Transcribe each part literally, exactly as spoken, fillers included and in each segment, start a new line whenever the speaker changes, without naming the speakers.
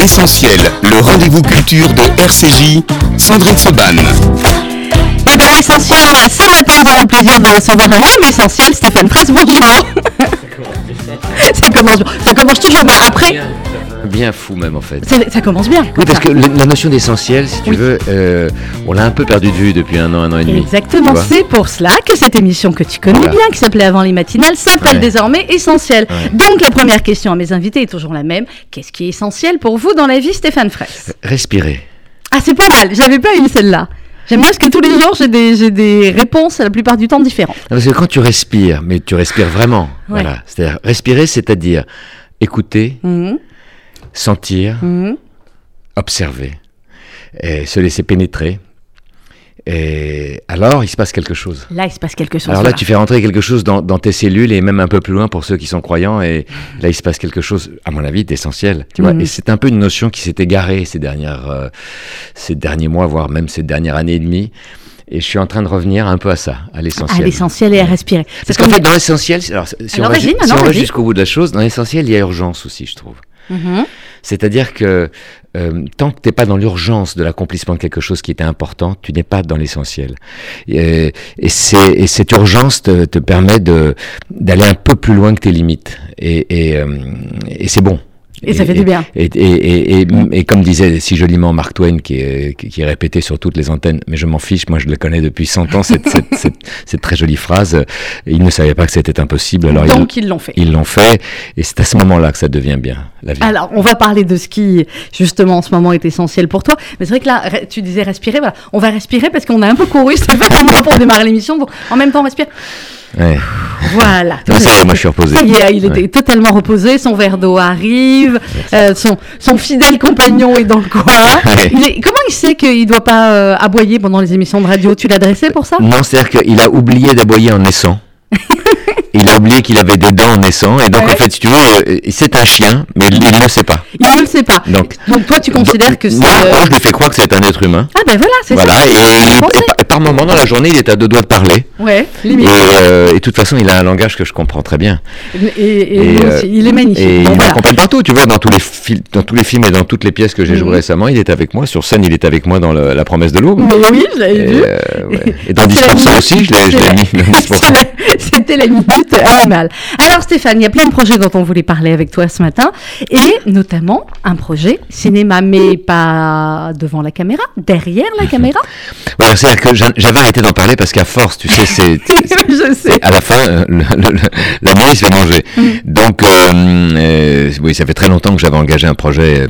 L'essentiel, le rendez-vous culture de R C J, Sandrine Seban.
Et dans l'essentiel, ce matin, nous avons le plaisir de recevoir un homme essentiel, Stéphane Fraisse, bonjour. Ça commence bien. Ça commence toujours bien. Après...
Bien fou même en fait.
C'est, ça commence bien.
Oui, parce
ça.
que la notion d'essentiel, si tu oui. veux, euh, on l'a un peu perdu de vue depuis un an, un an et demi.
Exactement, c'est pour cela que cette émission que tu connais voilà. bien, qui s'appelait Avant les matinales, s'appelle ouais. désormais Essentiel. Ouais. Donc la première question à mes invités est toujours la même. Qu'est-ce qui est essentiel pour vous dans la vie, Stéphane Fraisse ?
Respirer.
Ah, c'est pas mal, j'avais pas eu celle-là. J'aime bien parce que tous les jours, j'ai des, j'ai des réponses la plupart du temps différentes.
Non, parce que quand tu respires, mais tu respires vraiment, ouais. voilà. C'est-à-dire, respirer, c'est-à-dire écouter, mmh. sentir, mmh. observer, et se laisser pénétrer. Et alors, il se passe quelque chose.
Là, il se passe quelque chose.
Alors là, voilà. tu fais rentrer quelque chose dans, dans tes cellules et même un peu plus loin pour ceux qui sont croyants. Et là, il se passe quelque chose, à mon avis, d'essentiel. Tu mmh. vois. Et c'est un peu une notion qui s'est égarée ces dernières, euh, ces derniers mois, voire même ces dernières années et demie. Et je suis en train de revenir un peu à ça, à l'essentiel.
À l'essentiel et à respirer.
Parce qu'en fait, dans l'essentiel, alors, si alors, on va, si on va jusqu'au bout de la chose, dans l'essentiel, il y a urgence aussi, je trouve. Mmh. C'est-à-dire que euh, tant que tu n'es pas dans l'urgence de l'accomplissement de quelque chose qui était important, tu n'es pas dans l'essentiel. Et, et, c'est, et cette urgence te, te permet de, d'aller un peu plus loin que tes limites. Et, et, euh, et c'est bon.
Et, et ça fait du bien.
Et, et, et, et, mmh. et comme disait si joliment Mark Twain, qui est, qui, qui est répété sur toutes les antennes, mais je m'en fiche, moi je le connais depuis cent ans, cette, cette, cette, cette très jolie phrase. Ils ne savaient pas que c'était impossible. Alors
Donc ils, ils l'ont fait.
Ils l'ont fait, et c'est à ce moment-là que ça devient bien, la vie.
Alors, on va parler de ce qui, justement, en ce moment est essentiel pour toi. Mais c'est vrai que là, tu disais respirer, voilà. On va respirer parce qu'on a un peu couru, c'est pas pour moi pour démarrer l'émission. Donc, en même temps, on respire.
Ouais.
Voilà.
Non, ça y est, moi je suis reposé.
Ça y est, il était ouais. totalement reposé, son verre d'eau arrive, euh, son, son fidèle compagnon est dans le coin. Ouais. Il est, comment il sait qu'il ne doit pas euh, aboyer pendant les émissions de radio ? Tu l'as dressé pour ça ?
Non, c'est-à-dire qu'il a oublié d'aboyer en naissant. Il a oublié qu'il avait des dents en naissant, et donc ouais. en fait, si tu veux, c'est un chien, mais il ne le sait pas.
Il ne le sait pas. Donc, donc toi, tu considères donc, que c'est...
Moi, moi, je lui fais croire que c'est un être humain.
Ah ben voilà, c'est
voilà,
ça.
Et, et, et, et par moment dans la journée, il est à deux doigts de parler.
Ouais, limite.
Et, euh, et de toute façon, il a un langage que je comprends très bien.
Et, et, et euh, aussi, il est magnifique.
Et
bon,
il
voilà.
m'accompagne partout, tu vois, dans tous les fil- dans tous les films et dans toutes les pièces que j'ai mmh. jouées récemment, il est avec moi. Sur scène, il est avec moi dans le, La Promesse de l'Aube.
Mais oui, je l'avais vu.
Euh, ouais. Et dans dix pour cent aussi, je l'ai, je l'ai mis dans dix pour cent.
C'était la minute animale. Alors Stéphane, il y a plein de projets dont on voulait parler avec toi ce matin, et notamment un projet cinéma, mais pas devant la caméra, derrière la caméra.
Ouais, c'est-à-dire que j'avais arrêté d'en parler parce qu'à force, tu sais, c'est, c'est,
Je sais.
c'est à la fin, le, le, le, la nuit se fait manger. Mm. Donc, euh, euh, oui, ça fait très longtemps que j'avais engagé un projet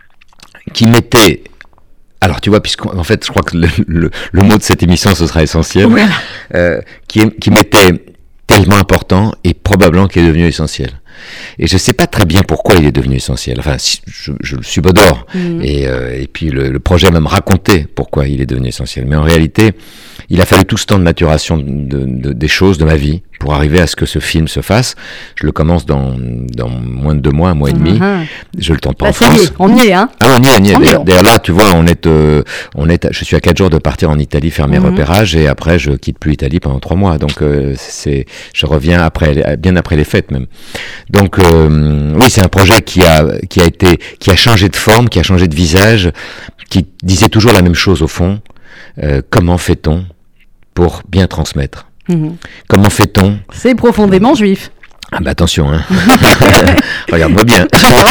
qui mettait... Alors, tu vois, puisqu'en fait, je crois que le, le, le mot de cette émission, ce sera essentiel, voilà. euh, qui, qui m'était tellement important et probablement qui est devenu essentiel. Et je ne sais pas très bien pourquoi il est devenu essentiel. Enfin, je, je le subodore. Mmh. Et, euh, et puis, le, le projet m'a raconté pourquoi il est devenu essentiel. Mais en réalité, il a fallu tout ce temps de maturation de, de, des choses, de ma vie, pour arriver à ce que ce film se fasse. Je le commence dans, dans moins de deux mois, un mois et demi. Mmh. Je le tente pas
bah,
en France.
Y est, on y est, hein.
Ah, on y est, on y est.
On
D'ailleurs,
est.
d'ailleurs, là, tu vois, on est, euh, on est, je suis à quatre jours de partir en Italie faire mes mmh. repérages, et après, je quitte plus l'Italie pendant trois mois. Donc, euh, c'est, je reviens après, bien après les fêtes même. Donc, euh, oui, c'est un projet qui a, qui a été, qui a changé de forme, qui a changé de visage, qui disait toujours la même chose au fond. Euh, comment fait-on pour bien transmettre ? Mmh. Comment fait-on ?
C'est profondément juif.
Ah bah attention, hein. Regarde-moi bien.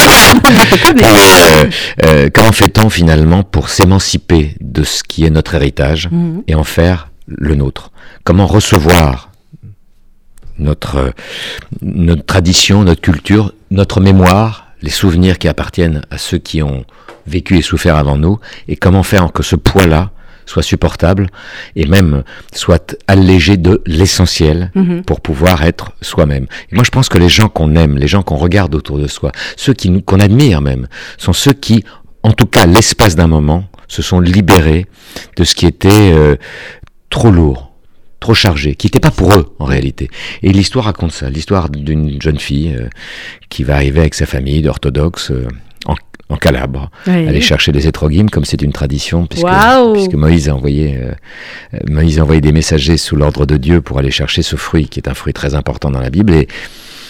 euh, euh, comment fait-on finalement pour s'émanciper de ce qui est notre héritage mmh. et en faire le nôtre ? Comment recevoir notre, notre tradition, notre culture, notre mémoire, les souvenirs qui appartiennent à ceux qui ont vécu et souffert avant nous, et comment faire que ce poids-là soit supportable et même soit allégé de l'essentiel mmh. pour pouvoir être soi-même. Et moi, je pense que les gens qu'on aime, les gens qu'on regarde autour de soi, ceux qui nous, qu'on admire même, sont ceux qui, en tout cas, l'espace d'un moment, se sont libérés de ce qui était euh, trop lourd, trop chargé, qui n'était pas pour eux en réalité. Et l'histoire raconte ça, l'histoire d'une jeune fille euh, qui va arriver avec sa famille d'orthodoxes euh, en en Calabre, oui. aller chercher des étrogymes, comme c'est une tradition, puisque, wow. puisque Moïse a envoyé euh, Moïse a envoyé des messagers sous l'ordre de Dieu pour aller chercher ce fruit, qui est un fruit très important dans la Bible. Et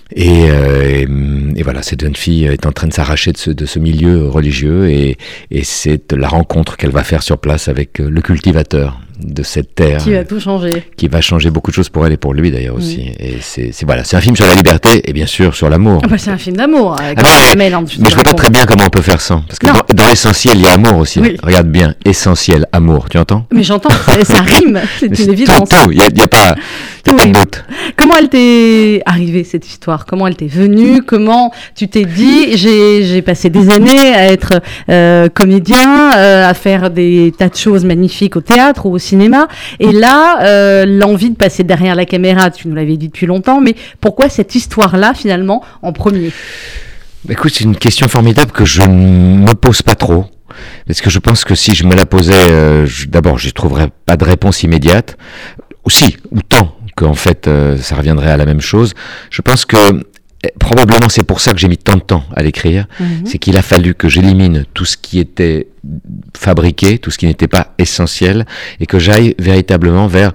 Et, euh, et, et voilà, cette jeune fille est en train de s'arracher de ce, de ce milieu religieux et, et c'est la rencontre qu'elle va faire sur place avec le cultivateur de cette terre.
Qui va tout changer.
Qui va changer beaucoup de choses pour elle et pour lui d'ailleurs aussi. Oui. Et c'est, c'est, voilà, c'est un film sur la liberté et bien sûr sur l'amour.
Ah bah c'est un film d'amour. Euh,
ah mais mais, mais je vois pas très bien comment on peut faire sans. Parce que dans, dans l'essentiel, il y a amour aussi. Oui. Regarde bien, essentiel, amour, tu entends ?
Mais j'entends, ça rime, c'est une évidence.
Tout, il n'y a, y a pas...
Oui. Pas de doute. Comment elle t'est arrivée cette histoire ? Comment elle t'est venue ? Comment tu t'es dit j'ai, j'ai passé des années à être euh, comédien, euh, à faire des tas de choses magnifiques au théâtre ou au cinéma, et là euh, l'envie de passer derrière la caméra, tu nous l'avais dit depuis longtemps, mais pourquoi cette histoire-là finalement en premier ?
Écoute, c'est une question formidable que je ne me pose pas trop. Parce que je pense que si je me la posais, euh, je, d'abord, je ne trouverais pas de réponse immédiate. Ou si, ou tant qu'en fait, euh, ça reviendrait à la même chose. Je pense que eh, probablement c'est pour ça que j'ai mis tant de temps à l'écrire. Mm-hmm. C'est qu'il a fallu que j'élimine tout ce qui était fabriqué, tout ce qui n'était pas essentiel, et que j'aille véritablement vers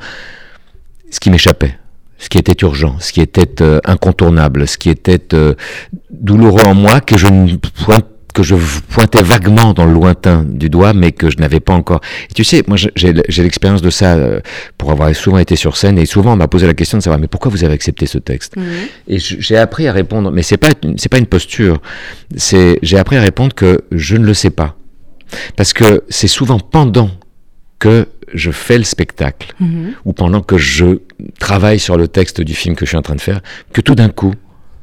ce qui m'échappait. Ce qui était urgent, ce qui était euh, incontournable, ce qui était euh, douloureux en moi, que je ne pointe que je pointais vaguement dans le lointain du doigt, mais que je n'avais pas encore... Et tu sais, moi j'ai, j'ai l'expérience de ça, euh, pour avoir souvent été sur scène, et souvent on m'a posé la question de savoir, mais pourquoi vous avez accepté ce texte ? Mmh. Et j'ai appris à répondre, mais c'est pas, c'est pas une posture, c'est, j'ai appris à répondre que je ne le sais pas. Parce que c'est souvent pendant que je fais le spectacle, mmh. ou pendant que je travaille sur le texte du film que je suis en train de faire, que tout d'un coup,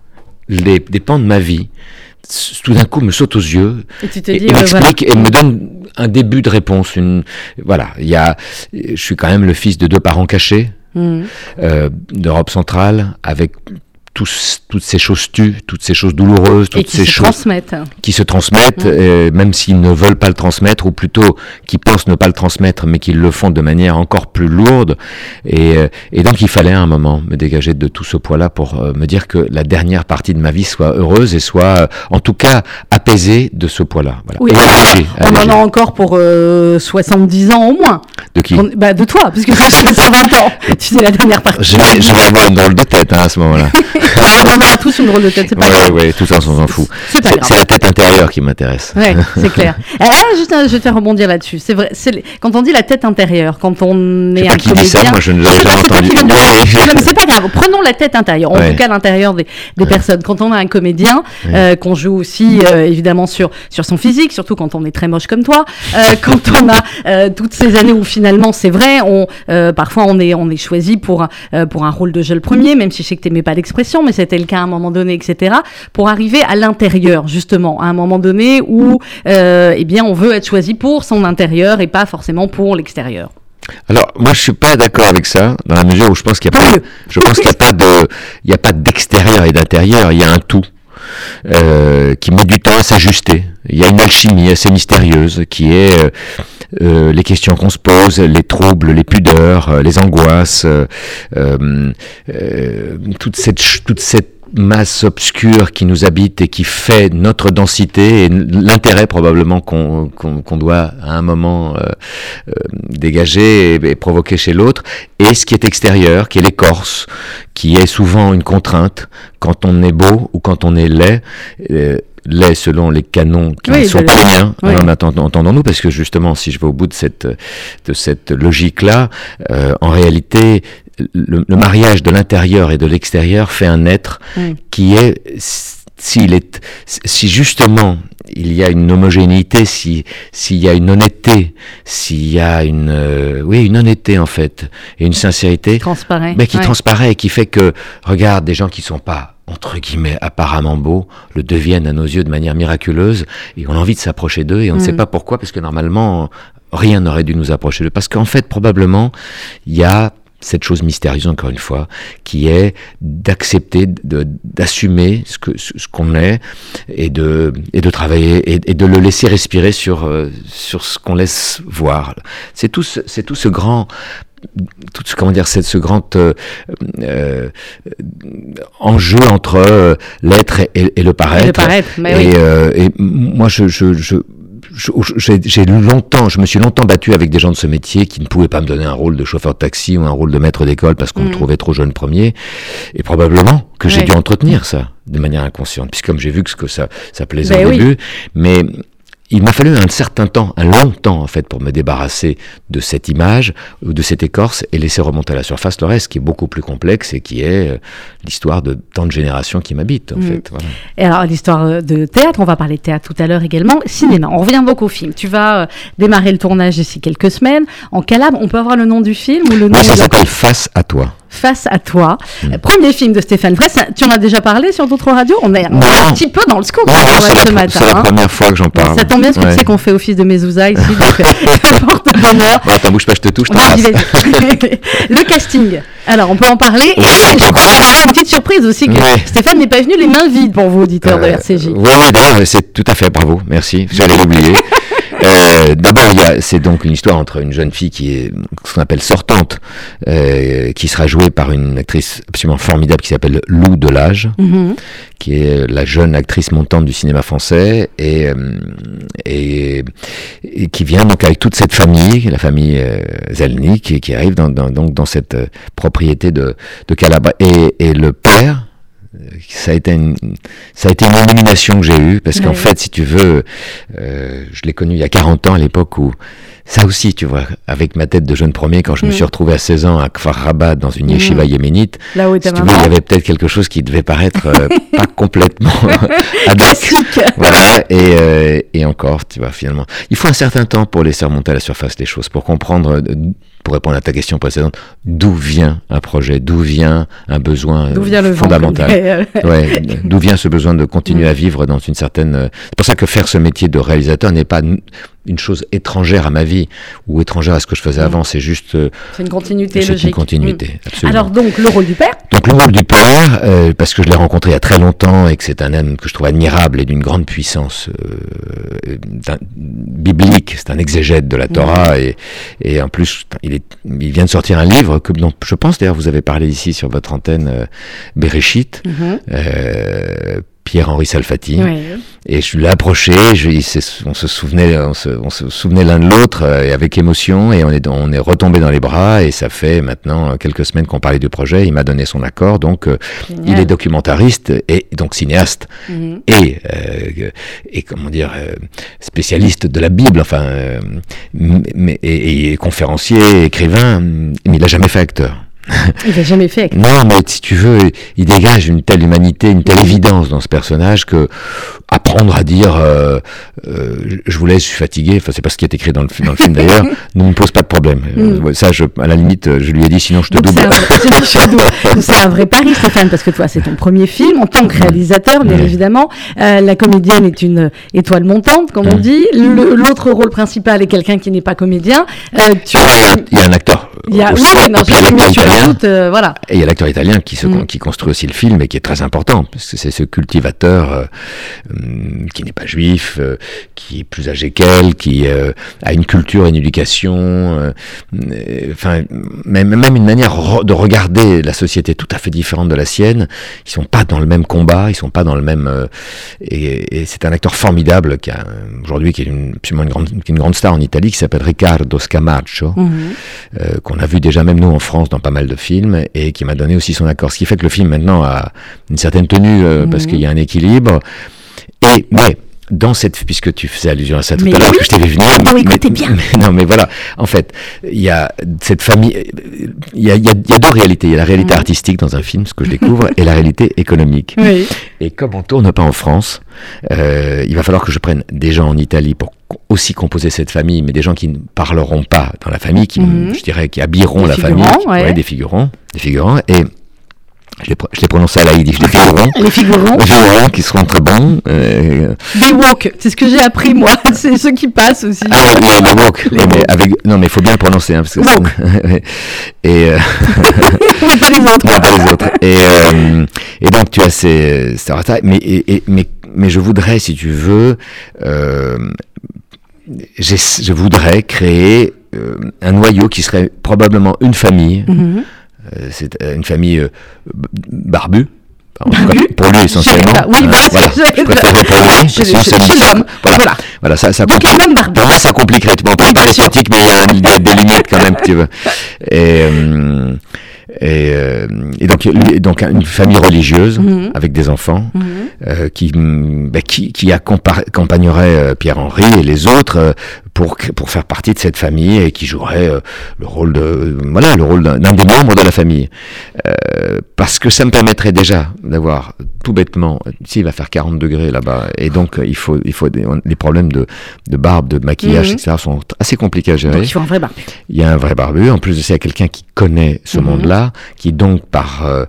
les, des pans de ma vie, tout d'un coup me saute aux yeux et, tu te et, dis, et euh, m'explique voilà. et me donne un début de réponse. Une, voilà, il y a, je suis quand même le fils de deux parents cachés, mmh. euh, d'Europe centrale, avec tous, toutes ces choses tues, toutes ces choses douloureuses, toutes
et qui
ces
se
choses
transmettent.
qui se transmettent, mmh. euh, même s'ils ne veulent pas le transmettre, ou plutôt qui pensent ne pas le transmettre, mais qui le font de manière encore plus lourde. Et, euh, et donc il fallait à un moment me dégager de tout ce poids-là pour euh, me dire que la dernière partie de ma vie soit heureuse et soit, euh, en tout cas, apaisée de ce poids-là. Voilà.
Oui, allégé, on allégé. En a encore pour euh, soixante-dix ans au moins.
De qui ?
on, bah, De toi, parce que j'ai cent vingt ans. Tu sais, la dernière partie.
Je vais, je vais avoir une drôle de tête hein, à ce moment-là.
On a tous une drôle de tête, c'est pas
ouais,
grave.
Oui, tout ça, on s'en fout. C'est, c'est, c'est la tête intérieure qui m'intéresse.
Oui, c'est clair. Alors, juste, je vais te faire rebondir là-dessus. C'est vrai, c'est, quand on dit la tête intérieure, quand on est un
comédien... Qui dit ça, moi je ne l'avais jamais entendu.
Non, mais c'est pas grave, prenons la tête intérieure, en ouais. tout cas l'intérieur des, des ouais. personnes. Quand on a un comédien, ouais. euh, qu'on joue aussi euh, évidemment sur, sur son physique, surtout quand on est très moche comme toi, euh, quand on a euh, toutes ces années où finalement, c'est vrai, on, euh, parfois on est, on est choisi pour, euh, pour un rôle de jeu le premier, même si je sais que tu n'aimais pas l'expression, mais c'était le cas à un moment donné, et cetera, pour arriver à l'intérieur, justement, à un moment donné où euh, eh bien, on veut être choisi pour son intérieur et pas forcément pour l'extérieur.
Alors, moi, je suis pas d'accord avec ça, dans la mesure où je pense qu'il y a pas, je pense qu'il y a pas de, il y a pas d'extérieur et d'intérieur, il y a un tout. Euh, qui met du temps à s'ajuster. Il y a une alchimie assez mystérieuse qui est euh, euh, les questions qu'on se pose, les troubles, les pudeurs, euh, les angoisses, euh, euh, toute cette toute cette masse obscure qui nous habite et qui fait notre densité et l'intérêt probablement qu'on, qu'on, qu'on doit à un moment euh, euh, dégager et, et provoquer chez l'autre, et ce qui est extérieur, qui est l'écorce, qui est souvent une contrainte quand on est beau ou quand on est laid, euh, laid selon les canons qui oui, sont pas les miens, oui. en entendons-nous, parce que justement, si je vais au bout de cette, de cette logique-là, euh, en réalité, le, le mariage de l'intérieur et de l'extérieur fait un être oui. qui est, s'il est, si justement il y a une homogénéité, si s'il y a une honnêteté, s'il y a une, euh, oui, une honnêteté en fait, et une sincérité, qui
transparaît,
mais qui
ouais.
transparaît et qui fait que, regarde, des gens qui sont pas entre guillemets apparemment beaux le deviennent à nos yeux de manière miraculeuse, et on a envie de s'approcher d'eux, et on ne mmh. sait pas pourquoi, parce que normalement rien n'aurait dû nous approcher d'eux, parce qu'en fait probablement il y a cette chose mystérieuse, encore une fois, qui est d'accepter, de, d'assumer ce, que, ce, ce qu'on est, et de, et de travailler, et, et de le laisser respirer sur, euh, sur ce qu'on laisse voir. C'est tout ce, c'est tout ce grand... tout ce, comment dire, c'est ce grand euh, euh, enjeu entre euh, l'être et, et, et le paraître.
Et, le paraître, mais
et,
oui.
euh, et moi, je, je, je j'ai, j'ai longtemps, je me suis longtemps battu avec des gens de ce métier qui ne pouvaient pas me donner un rôle de chauffeur de taxi ou un rôle de maître d'école parce qu'on mmh. me trouvait trop jeune premier. Et probablement que j'ai ouais. dû entretenir ça de manière inconsciente, puisque comme j'ai vu que, que ça, ça plaisait ben au oui. début, mais il m'a fallu un certain temps, un long temps en fait, pour me débarrasser de cette image ou de cette écorce et laisser remonter à la surface le reste, qui est beaucoup plus complexe et qui est euh, l'histoire de tant de générations qui m'habitent en mmh. fait. Voilà.
Et alors l'histoire de théâtre, on va parler de théâtre tout à l'heure également. Cinéma, on revient donc au film. Tu vas euh, démarrer le tournage d'ici quelques semaines. En Calabre, on peut avoir le nom du film ou le nom
oui, ça
de
s'appelle
la...
Face à toi.
Face à toi. Mmh. Premier film de Stéphane Fraisse. Tu en as déjà parlé sur d'autres radios? On est, on est un petit peu dans le scoop
non,
ouais,
c'est
ce
la,
matin.
C'est
hein.
la première fois que j'en parle.
Ça tombe bien parce que ouais. tu sais qu'on fait office de mezouza ici, donc porte-bonheur.
Bon, attends, bouge pas, je te touche, je t'embrasse.
Le casting. Alors, on peut en parler.
Oui,
et je crois qu'il y a une petite surprise aussi que oui. Stéphane n'est pas venu les mains vides pour vous, auditeurs euh, de R C J.
Oui, oui, d'ailleurs, c'est tout à fait, bravo, merci. J'allais l'oublier. Euh, d'abord, il y a, c'est donc une histoire entre une jeune fille qui est ce qu'on appelle sortante, euh, qui sera jouée par une actrice absolument formidable qui s'appelle Lou Delage, mm-hmm. qui est la jeune actrice montante du cinéma français et, et, et qui vient donc avec toute cette famille, la famille euh, Zelny, qui, qui arrive dans, dans, donc dans cette euh, propriété de, de Calabre. Et, et le père, ça a été une, ça a été une illumination que j'ai eue parce ouais. qu'en fait, si tu veux, euh, je l'ai connu il y a quarante ans à l'époque où ça aussi, tu vois, avec ma tête de jeune premier, quand je mmh. me suis retrouvé à seize ans à Kfar Rabat dans une yeshiva mmh. yéménite,
là où
si tu veux, il y avait peut-être quelque chose qui devait paraître euh, pas complètement adapté. Voilà, et, euh, et encore, tu vois, finalement. Il faut un certain temps pour laisser remonter à la surface les choses, pour comprendre, pour répondre à ta question précédente, d'où vient un projet, d'où vient un besoin
d'où vient le
fondamental. Ouais, d'où vient ce besoin de continuer mmh. à vivre dans une certaine... C'est pour ça que faire ce métier de réalisateur n'est pas une chose étrangère à ma vie ou étrangère à ce que je faisais mmh. avant, c'est juste...
C'est une continuité
c'est
logique.
C'est une continuité, mmh. absolument.
Alors donc, le rôle du père ?
Donc le rôle du père, euh, parce que je l'ai rencontré il y a très longtemps et que c'est un homme que je trouve admirable et d'une grande puissance euh, biblique, c'est un exégète de la Torah mmh. et, et en plus, il, est, il vient de sortir un livre que dont je pense d'ailleurs vous avez parlé ici sur votre antenne, euh, Bereshit, mmh. euh, Pierre-Henri Salfati, oui. et je l'ai approché, je, on se souvenait, on se, on se souvenait l'un de l'autre euh, avec émotion, et on est, on est retombé dans les bras, et ça fait maintenant quelques semaines qu'on parlait du projet. Il m'a donné son accord, donc euh, il est documentariste et donc cinéaste mm-hmm. et euh, et comment dire euh, spécialiste de la Bible, enfin, euh, mais et, et conférencier, écrivain, mais il n'a jamais fait acteur.
Il n'a jamais fait.
Non, mais si tu veux, il dégage une telle humanité, une telle évidence dans ce personnage que apprendre à dire euh, euh, je vous laisse, je suis fatigué, enfin c'est pas ce qui est écrit dans le, dans le film d'ailleurs, ne me pose pas de problème. Mm. Ça, je, à la limite, je lui ai dit sinon je te double.
C'est un, c'est un vrai pari, Stéphane, parce que toi, c'est ton premier film en tant que réalisateur, bien mm. évidemment. Euh, la comédienne est une étoile montante, comme mm. on dit. Le, l'autre rôle principal est quelqu'un qui n'est pas comédien. Euh, tu...
Il y a un acteur.
Il y a, oui, non, je sais, mais tu rajoutes, euh, voilà.
Et il y a l'acteur italien qui, se, mm. qui construit aussi le film et qui est très important, parce que c'est ce cultivateur euh, qui n'est pas juif, euh, qui est plus âgé qu'elle, qui euh, a une culture et une éducation, enfin, euh, même, même une manière de regarder la société tout à fait différente de la sienne. Ils sont pas dans le même combat, ils sont pas dans le même... Euh, et, et c'est un acteur formidable qui a aujourd'hui qui est une, absolument une grande, une grande star en Italie, qui s'appelle Riccardo Scamaccio, mm-hmm. euh, qu'on a vu déjà même nous en France dans pas mal de films, et qui m'a donné aussi son accord. Ce qui fait que le film maintenant a une certaine tenue, euh, mmh. parce qu'il y a un équilibre. Et mais dans cette, puisque tu faisais allusion à ça tout mais à l'heure, oui. que je t'ai vu venir.
Oh, écoutez bien.
Mais, non, mais voilà. En fait, il y a cette famille. Il y a, il y a, il y a deux réalités. Il y a la réalité mmh. artistique dans un film, ce que je découvre, et la réalité économique. Oui. Et comme on tourne pas en France, euh, il va falloir que je prenne des gens en Italie pour aussi composer cette famille, mais des gens qui ne parleront pas dans la famille, qui, mmh. je dirais, qui habilleront
des
la famille, qui,
ouais.
Ouais, des figurants, des figurants, et je l'ai, je l'ai prononcé à la yiddish, les figurants,
les figurants,
les figurants qui seront très bons. Euh...
Des walk, c'est ce que j'ai appris moi, c'est ceux qui passent aussi.
Ah oui, les walk, les mais avec, non mais il faut bien le prononcer, hein, parce que c'est... et euh...
mais pas les autres.
Non, pas les autres. Et, euh... et donc tu as ces, ces... mais et, et, mais mais je voudrais, si tu veux, euh... je voudrais créer euh, un noyau qui serait probablement une famille. Mm-hmm. Euh, c'est une famille euh, barbue. En tout cas, pour lui, essentiellement.
Oui, bah,
euh, voilà. Je préfère répondre
chez, chez, chez l'homme.
Voilà.
voilà.
Voilà, ça, ça
donc un homme barbu.
Pour moi, ça compliquerait. Bon, pas pas esthétique, mais il y a, un, il y a des limites quand même, tu vois. Et, euh, et, euh, et donc, lui, donc une famille religieuse mm-hmm. avec des enfants mm-hmm. euh, qui, bah, qui, qui accompagnerait euh, Pierre-Henri et les autres euh, pour pour faire partie de cette famille et qui jouerait euh, le rôle de voilà le rôle d'un, d'un des membres de la famille. Euh, parce que ça me permettrait déjà d'avoir tout bêtement, ici il va faire quarante degrés là-bas et donc il faut il faut des, les problèmes de de barbe, de maquillage, mm-hmm. et cetera sont assez compliqués à gérer.
Donc il faut un vrai barbu.
Il y a un vrai barbu. En plus de ça, il y a quelqu'un qui connaît ce mm-hmm. monde-là, qui donc par euh,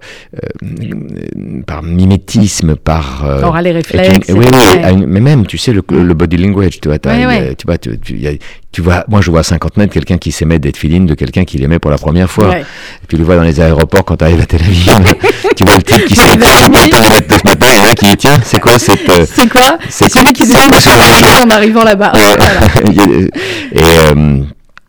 euh, par mimétisme, par euh,
aura les réflexes.
Une, oui, oui, ouais. une, mais même tu sais le, mm. le body language, tu vois,
ouais, ouais.
tu vois, tu, tu, y a, tu vois, moi je vois à cinquante mètres quelqu'un qui s'émet des filines de quelqu'un qui l'aimait pour la première fois. Ouais. Et puis tu le vois dans les aéroports quand tu arrives à Tel Aviv. Tu vois le type qui s'est ce matin, il y en a qui dit tiens, c'est quoi cette euh,
c'est quoi c'est, c'est celui qui s'est mis en arrivant là-bas.
Ouais. Voilà. Et euh,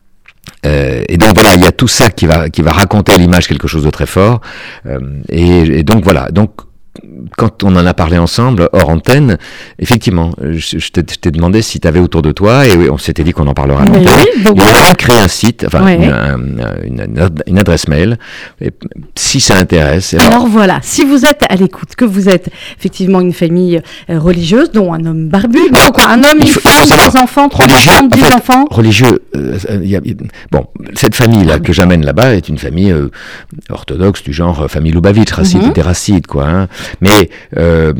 Euh, et donc voilà, il y a tout ça qui va qui va raconter à l'image quelque chose de très fort. Euh, et, et donc voilà, donc quand on en a parlé ensemble hors antenne, effectivement, je, je, t'ai, je t'ai demandé si tu avais autour de toi, et on s'était dit qu'on en parlera à l'antenne. Oui, donc... On a créé un site, enfin ouais. une, une, une, une adresse mail, et si ça intéresse.
Alors... alors voilà, si vous êtes à l'écoute, que vous êtes effectivement une famille euh, religieuse, dont un homme barbu, non quoi, un homme, une femme, des enfants, trois enfants, dix
en fait,
enfants.
Religieux, euh, y a, bon, cette famille-là ah, que j'amène là-bas est une famille euh, orthodoxe du genre euh, famille Lubavitch, racide mm-hmm. et racide, quoi. Hein. Mais euh,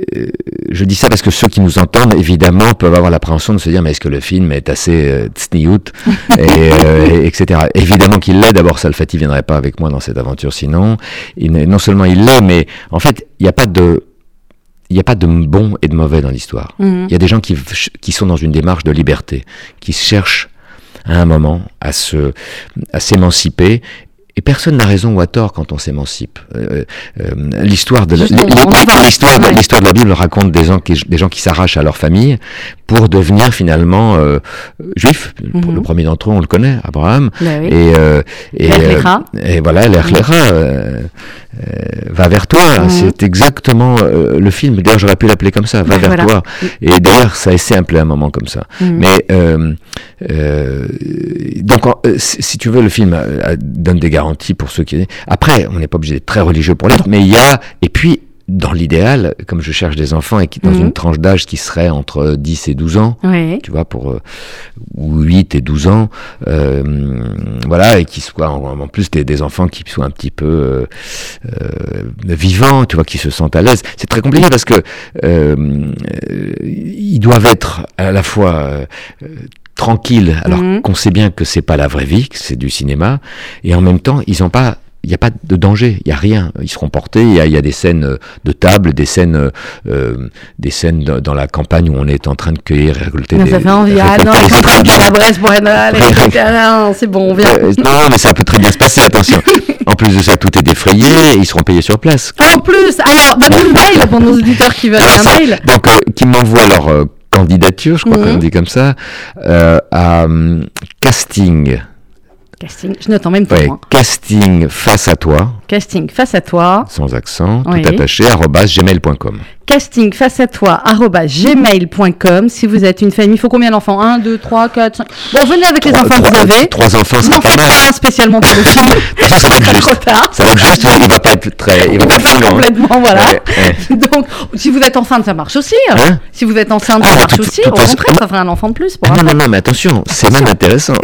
je dis ça parce que ceux qui nous entendent, évidemment, peuvent avoir l'appréhension de se dire mais est-ce que le film est assez euh, tsniout et, euh, et, et cetera. Évidemment qu'il l'est. D'abord, Salfati viendrait pas avec moi dans cette aventure sinon. Il, non seulement il l'est, mais en fait, il n'y a pas de il n'y a pas de bon et de mauvais dans l'histoire. Mmh. Il y a des gens qui, qui sont dans une démarche de liberté, qui cherchent à un moment à se à s'émanciper. Et personne n'a raison ou à tort quand on s'émancipe. Euh, euh, l'histoire de la, Juste, l'histoire, de, l'histoire de la Bible raconte des gens qui, des gens qui s'arrachent à leur famille pour devenir finalement euh, juifs. Mm-hmm. Le premier d'entre eux, on le connaît, Abraham.
Ben oui.
Et, euh, et,
euh,
et voilà, l'Echlecha euh, euh, va vers toi. Mm-hmm. C'est exactement euh, le film. D'ailleurs, j'aurais pu l'appeler comme ça, va vers voilà. toi. Et d'ailleurs, ça s'est appelé un moment comme ça. Mm-hmm. Mais euh, euh, donc, euh, si tu veux, le film euh, donne des garanties pour ceux qui... Après, on n'est pas obligé d'être très religieux pour l'être, mais il y a... Et puis, dans l'idéal, comme je cherche des enfants et qui dans mmh. une tranche d'âge qui serait entre dix et douze ans, oui. tu vois, pour... ou huit et douze ans, euh, voilà, et qui soient en, en plus des, des enfants qui soient un petit peu euh, euh, vivants, tu vois, qui se sentent à l'aise. C'est très compliqué parce que euh, ils doivent être à la fois... Euh, tranquille, alors mmh. qu'on sait bien que c'est pas la vraie vie, que c'est du cinéma, et en même temps, ils ont pas, il n'y a pas de danger, il y a rien. Ils seront portés, il y a, il y a des scènes de table, des scènes, euh, des scènes dans la campagne où on est en train de cueillir et récolter
non,
des.
Ça fait envie. Ah non, ils sont en train de faire la Bresse pour Noël. Non, c'est bon, on vient.
Euh, non, mais ça peut très bien se passer. Attention. En plus de ça, tout est défrayé et ils seront payés sur place.
En plus, alors donne-nous le mail pour nos auditeurs qui veulent alors, un ça, mail.
Donc, euh, qui m'envoient leur euh, candidature, je crois mmh. qu'on dit comme ça, euh, à um, casting.
Casting, je note en même temps.
Ouais,
hein.
Casting face à toi.
Casting face à toi.
Sans accent,
oui.
tout attaché, arobase gmail point com.
Casting face à toi, arobase gmail point com. Si vous êtes une famille, il faut combien d'enfants? un, deux, trois, quatre, cinq. Bon, venez avec les enfants que vous avez.
Trois enfants, ça
va pas un spécialement pour le film.
ça, ça va être juste.
Trop tard.
Ça va être juste, il va pas être très, il va pas être
complètement, voilà. Ouais, ouais. Donc, si vous êtes enceinte, ça marche aussi. Hein si vous êtes enceinte, ah, ça marche tout, aussi. Tout Au contraire, ça fera un enfant de plus. Pour
ah,
non,
non, non, mais attention, c'est même intéressant.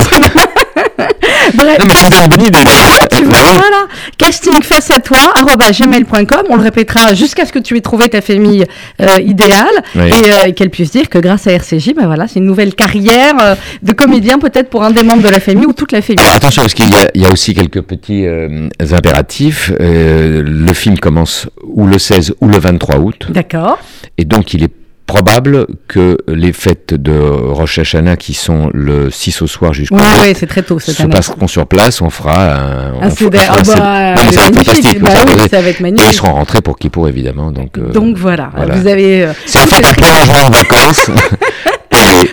Bref.
Non, mais c'est une bonne idée.
Tu vois, voilà. Casting face à toi, arobase gmail point com. On le répétera jusqu'à ce que tu aies trouvé ta famille euh, idéale oui. et euh, qu'elle puisse dire que grâce à R C J, ben voilà, c'est une nouvelle carrière euh, de comédien peut-être pour un des membres de la famille ou toute la famille.
Alors, attention, parce qu'il y a, il y a aussi quelques petits euh, impératifs. Euh, le film commence ou le seize ou le vingt-trois août.
D'accord.
Et donc, il est probable que les fêtes de Rosh Hashanah qui sont le six au soir jusqu'au
oui, oui, c'est très tôt cette
se
année.
passeront sur place, on fera un,
un C D. Ah bah,
non, mais ça va être fantastique.
Bah oui, ça va être magnifique.
Et ils seront rentrés pour Kippour évidemment. Donc, euh,
donc voilà,
voilà,
vous avez... Euh,
c'est en fait un prolongement de vacances.
Payé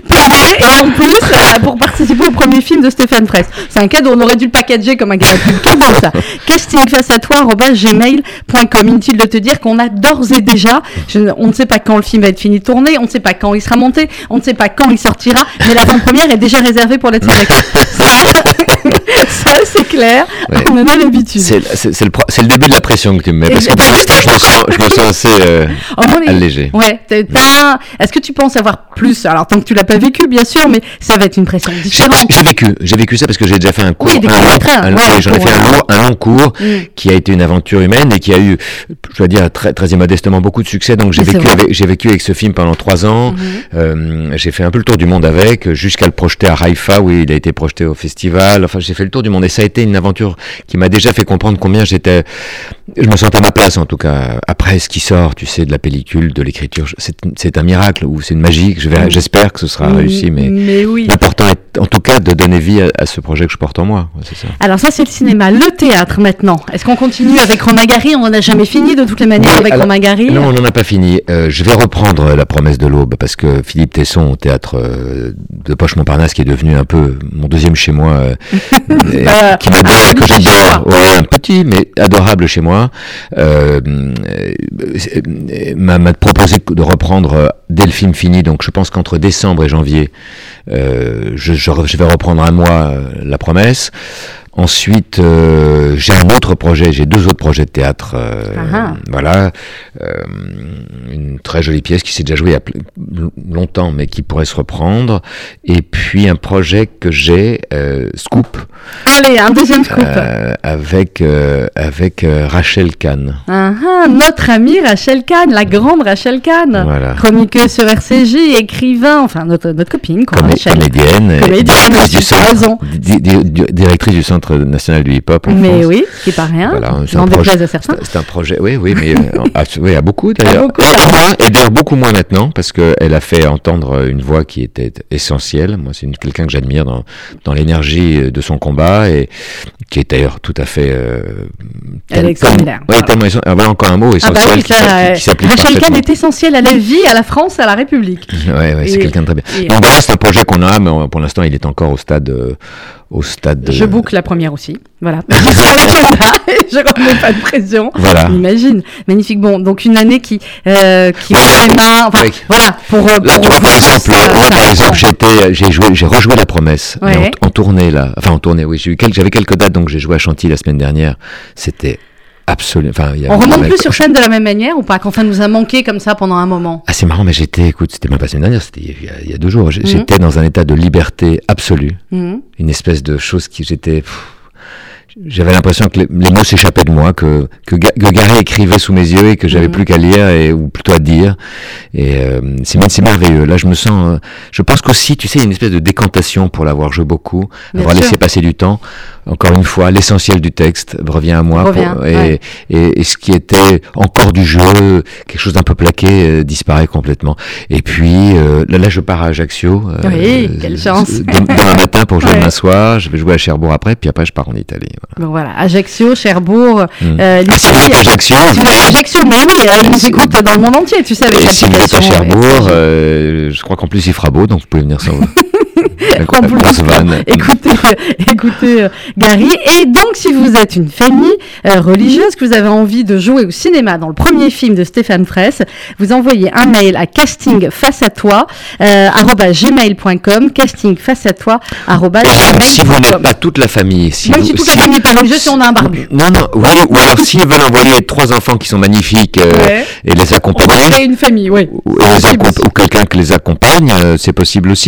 et en plus, euh, pour participer au premier film de Stéphane Fraisse. C'est un cadeau, on aurait dû le packager comme un cadeau. Cadeau, ça. Casting face à toi, arobase gmail point com. Inutile de te dire qu'on a d'ores et déjà, je, on ne sait pas quand le film va être fini de tourner, on ne sait pas quand il sera monté, on ne sait pas quand il sortira, mais l'avant-première est déjà réservée pour la Tzedaka. Ça, ça c'est clair, ouais. On en a l'habitude.
C'est, c'est, c'est, le, c'est le début de la pression que tu me mets, parce que pour l'instant, je me sens, je me sens assez euh, est, allégé.
Ouais, t'as, t'as, est-ce que tu penses avoir plus, alors tant que tu l'as pas vécu, bien sûr, mais ça va être une pression différente.
J'ai, j'ai vécu, j'ai vécu ça parce que j'ai déjà fait un cours,
oui,
un, un, un, ouais, j'en ai fait un long, un long cours mm. qui a été une aventure humaine et qui a eu, je dois dire très, très immodestement, beaucoup de succès. Donc j'ai mais vécu, avec, j'ai vécu avec ce film pendant trois ans. Mm-hmm. Euh, j'ai fait un peu le tour du monde avec, jusqu'à le projeter à Haïfa où il a été projeté au festival. Enfin, j'ai fait le tour du monde et ça a été une aventure qui m'a déjà fait comprendre combien j'étais, je me sentais à ma place en tout cas. Après, ce qui sort, tu sais, de la pellicule, de l'écriture, c'est, c'est un miracle ou c'est une magie. Je vais, mm. J'espère que ce sera mm. réussi, mais,
mais oui.
L'important est en tout cas de donner vie à, à ce projet que je porte en moi. Ouais, c'est ça.
Alors ça, c'est le cinéma. Le théâtre maintenant. Est-ce qu'on continue avec Romain Gary? On n'en a jamais fini de toutes les manières oui, avec alors, Romain Gary.
Non, on n'en a pas fini. Euh, je vais reprendre La Promesse de l'Aube parce que Philippe Tesson au théâtre euh, de Poche-Montparnasse, qui est devenu un peu mon deuxième chez moi, euh, et, euh, qui m'adore, que j'adore, ouais, un petit mais adorable chez moi, euh, euh, m'a, m'a proposé de reprendre dès le film fini. Donc je pense qu'entre décembre et janvier, euh, je, je, je vais reprendre un mois euh, La Promesse. Ensuite, euh, j'ai un autre projet, j'ai deux autres projets de théâtre. Euh, uh-huh. Voilà, euh, une très jolie pièce qui s'est déjà jouée il y a longtemps, mais qui pourrait se reprendre. Et puis un projet que j'ai, euh, Scoop.
Allez, un deuxième Scoop.
Euh, avec euh, avec euh, Rachel Kahn.
Uh-huh, notre amie Rachel Kahn, la grande Rachel Kahn. Voilà. Chroniqueuse sur R C J, écrivain, enfin notre notre copine, quoi.
Comé- comédienne,
comédienne,
directrice du centre, di- di- di- directrice du centre national du hip-hop en
mais
France.
Oui, c'est pas rien.
Voilà,
c'est un projet à certains.
C'est un projet, oui, oui, mais à, oui, à beaucoup d'ailleurs. À beaucoup,
à
moins, et d'ailleurs beaucoup moins maintenant, parce qu'elle a fait entendre une voix qui était essentielle. Moi, c'est une, quelqu'un que j'admire dans, dans l'énergie de son combat et qui est d'ailleurs tout à fait. Euh,
elle est extraordinaire.
Oui, voilà. Tellement essentiel. Voilà encore un mot essentiel ah bah oui, qui, ça, qui, qui s'applique
Rachel
parfaitement.
Kahn est essentielle à la vie, à la France, à la République.
Oui, ouais, c'est
et,
quelqu'un de très bien.
Et,
Donc voilà, c'est un projet qu'on a, mais pour l'instant, il est encore au stade. Euh, au stade de...
Je boucle la première aussi, voilà. Je ne remets pas de pression.
Voilà.
Imagine, magnifique. Bon, donc une année qui euh, qui
ouais,
vraiment, enfin,
ouais.
voilà, pour.
Là,
pour
tu vois, par exemple,
ça,
là,
ça
par exemple, j'étais, j'ai joué, j'ai rejoué La Promesse,
ouais.
mais en, en tournée là, enfin en tournée, oui, j'ai eu quelques, j'avais quelques dates, donc j'ai joué à Chantilly la semaine dernière. C'était absolument. Enfin, il y
on remonte
avait...
plus sur scène de la même manière ou pas quand ça nous a manqué comme ça pendant un moment?
Ah, c'est marrant, mais j'étais, écoute, c'était même pas la semaine dernière, c'était il y a, il y a deux jours. J'étais mm-hmm. dans un état de liberté absolue, mm-hmm. une espèce de chose qui j'étais. Pff, j'avais l'impression que les, les mots s'échappaient de moi, que, que, que Gary écrivait sous mes yeux et que j'avais mmh. plus qu'à lire, et, ou plutôt à dire. Et euh, c'est, c'est merveilleux. Là, je me sens... Euh, je pense qu'aussi, tu sais, il y a une espèce de décantation pour l'avoir joué beaucoup, Bien avoir sûr. laissé passer du temps. Encore une fois, l'essentiel du texte revient à moi.
Revient,
pour, et,
ouais.
et, et ce qui était encore du jeu, quelque chose d'un peu plaqué, euh, disparaît complètement. Et puis, euh, là, là, je pars à Ajaccio.
Euh, oui, quelle chance.
Demain matin pour jouer ouais. demain soir. Je vais jouer à Cherbourg après, puis après, je pars en Italie.
Voilà. Donc voilà, Ajaccio, Cherbourg, mmh. euh,
ah, si vous êtes à Ajaccio,
si vous êtes à Ajaccio, mais oui, euh, ils écoutent dans le monde entier, tu sais, avec
et si vous êtes à Cherbourg,
et...
euh, je crois qu'en plus il fera beau, donc vous pouvez venir sans vous.
écoutez, écoutez euh, Gary. Et donc, si vous êtes une famille euh, religieuse, que vous avez envie de jouer au cinéma dans le premier film de Stéphane Fraisse, vous envoyez un mail à casting face à toi euh, arobase gmail point com, casting face à toi arobase gmail point com.
Si vous n'êtes pas toute la famille, si
Même
vous,
si toute
si,
la famille est pas religieuse, si on a un barbu.
Non, non, oui, ou alors s'ils veulent envoyer trois enfants qui sont magnifiques euh,
ouais.
et les accompagner.
On crée une famille, oui.
Ou, les accomp- ou quelqu'un qui les accompagne, euh, c'est possible aussi.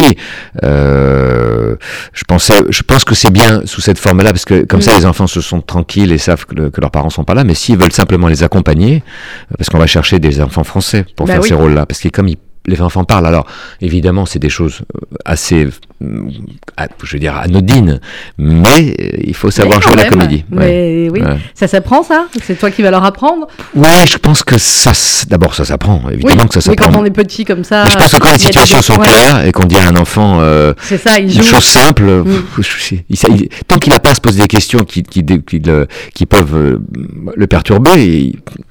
Euh, je pensais, je pense que c'est bien sous cette forme-là parce que comme mmh. ça les enfants se sentent tranquilles et savent que, le, que leurs parents sont pas là. Mais s'ils veulent simplement les accompagner, parce qu'on va chercher des enfants français pour bah faire oui. ces rôles-là, parce que comme ils les enfants parlent. Alors, évidemment, c'est des choses assez, je veux dire, anodines, mais il faut savoir jouer même. la comédie.
Mais ouais. oui, ouais. Ça s'apprend, ça? C'est toi qui vas leur apprendre?
Oui, je pense que ça, d'abord, ça s'apprend. Évidemment
oui,
que ça s'apprend.
Mais quand on est petit comme ça...
Mais je pense que quand les situations sont claires et qu'on dit à un enfant euh,
c'est ça, il
une
joue.
chose simple, mm. pff, il, il, tant qu'il n'a pas à se poser des questions qui, qui, qui, qui, qui peuvent euh, le perturber, il, c'est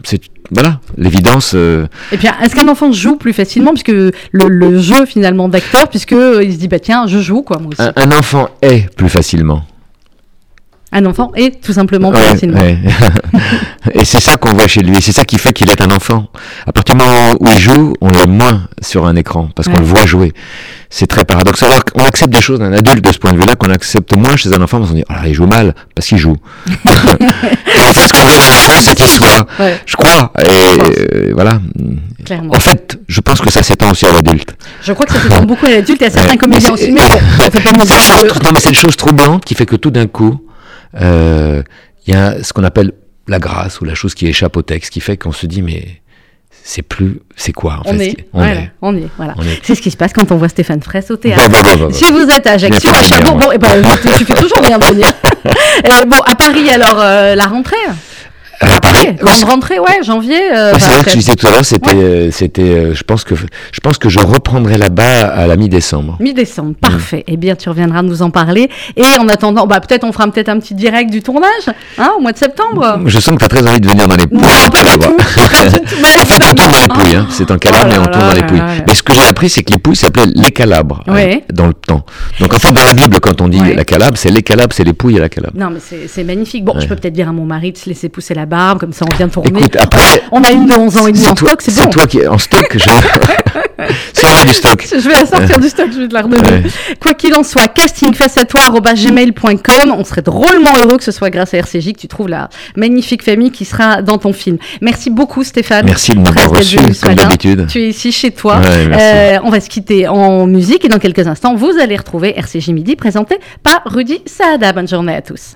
voilà, l'évidence. Euh...
Et puis, est-ce qu'un enfant joue plus facilement, puisque le, le jeu finalement d'acteur, puisque euh, il se dit bah tiens, je joue quoi moi aussi.
Un, un enfant est plus facilement.
Un enfant est tout simplement plus
ouais,
facilement.
Ouais. Et c'est ça qu'on voit chez lui, c'est ça qui fait qu'il est un enfant. À partir du moment où il joue, on l'aime moins sur un écran, parce ouais. qu'on le voit jouer. C'est très paradoxal. Alors qu'on accepte des choses d'un adulte de ce point de vue-là, qu'on accepte moins chez un enfant, parce qu'on dit, oh là, il joue mal, parce qu'il joue. En fait, ce qu'on veut dans l'enfant, c'est qu'il soit. Ouais. Je crois. Et euh, voilà.
Clairement.
En fait, je pense que ça s'étend aussi à l'adulte.
Je crois que ça s'étend beaucoup à l'adulte et à certains ouais. comédiens aussi. Mais bon, ça fait pas de
chose, non, mais c'est une chose troublante qui fait que tout d'un coup, il euh, y a ce qu'on appelle la grâce ou la chose qui échappe au texte, qui fait qu'on se dit mais c'est plus, c'est quoi en
on
fait
est,
on,
voilà,
est.
on est, voilà.
On est.
C'est ce qui se passe quand on voit Stéphane Fraisse au théâtre.
Bah, bah, bah, bah,
si vous êtes à Ajaccio, à Cherbourg, bon, et ben, tu fais toujours bien de venir. euh, bon, à Paris alors, euh, la rentrée.
À Paris,
grande rentrée, ouais, janvier. Euh,
c'est vrai que je disais tout à l'heure, c'était, ouais. c'était, euh, je pense que, je pense que je reprendrai là-bas à la mi-décembre.
Mi-décembre, parfait. Mmh. Eh bien, tu reviendras nous en parler. Et en attendant, bah peut-être on fera peut-être un petit direct du tournage, hein, au mois de septembre.
Je sens que tu as très envie de venir dans les Pouilles.
Non, pas du tout.
En fait, on tourne dans les Pouilles, hein. C'est en Calabre, mais on tourne dans les Pouilles. Mais ce que j'ai appris, c'est que les Pouilles s'appelaient les Calabres
ouais.
hein, dans le temps. Donc en fait, dans la Bible, quand on dit ouais. la Calabre, c'est les Calabres, c'est les Pouilles et la Calabre.
Non, mais c'est, c'est magnifique. Bon, ouais. je peux peut-être dire à mon mari de se laisser pousser la barbe, comme ça on vient.
Écoute, après,
on a une de onze ans et demi en
toi,
stock, c'est,
c'est
bon.
C'est toi qui es en stock. Je... Sors-moi du stock.
Je vais sortir du stock, je vais te la redonner. Ouais. Quoi qu'il en soit, casting face à toi arobase gmail point com. On serait drôlement heureux que ce soit grâce à R C J que tu trouves la magnifique famille qui sera dans ton film. Merci beaucoup Stéphane.
Merci de m'avoir reçu, comme d'habitude.
Tu es ici chez toi.
Ouais,
euh, on va se quitter en musique et dans quelques instants, vous allez retrouver R C J Midi présenté par Rudy Saada. Bonne journée à tous.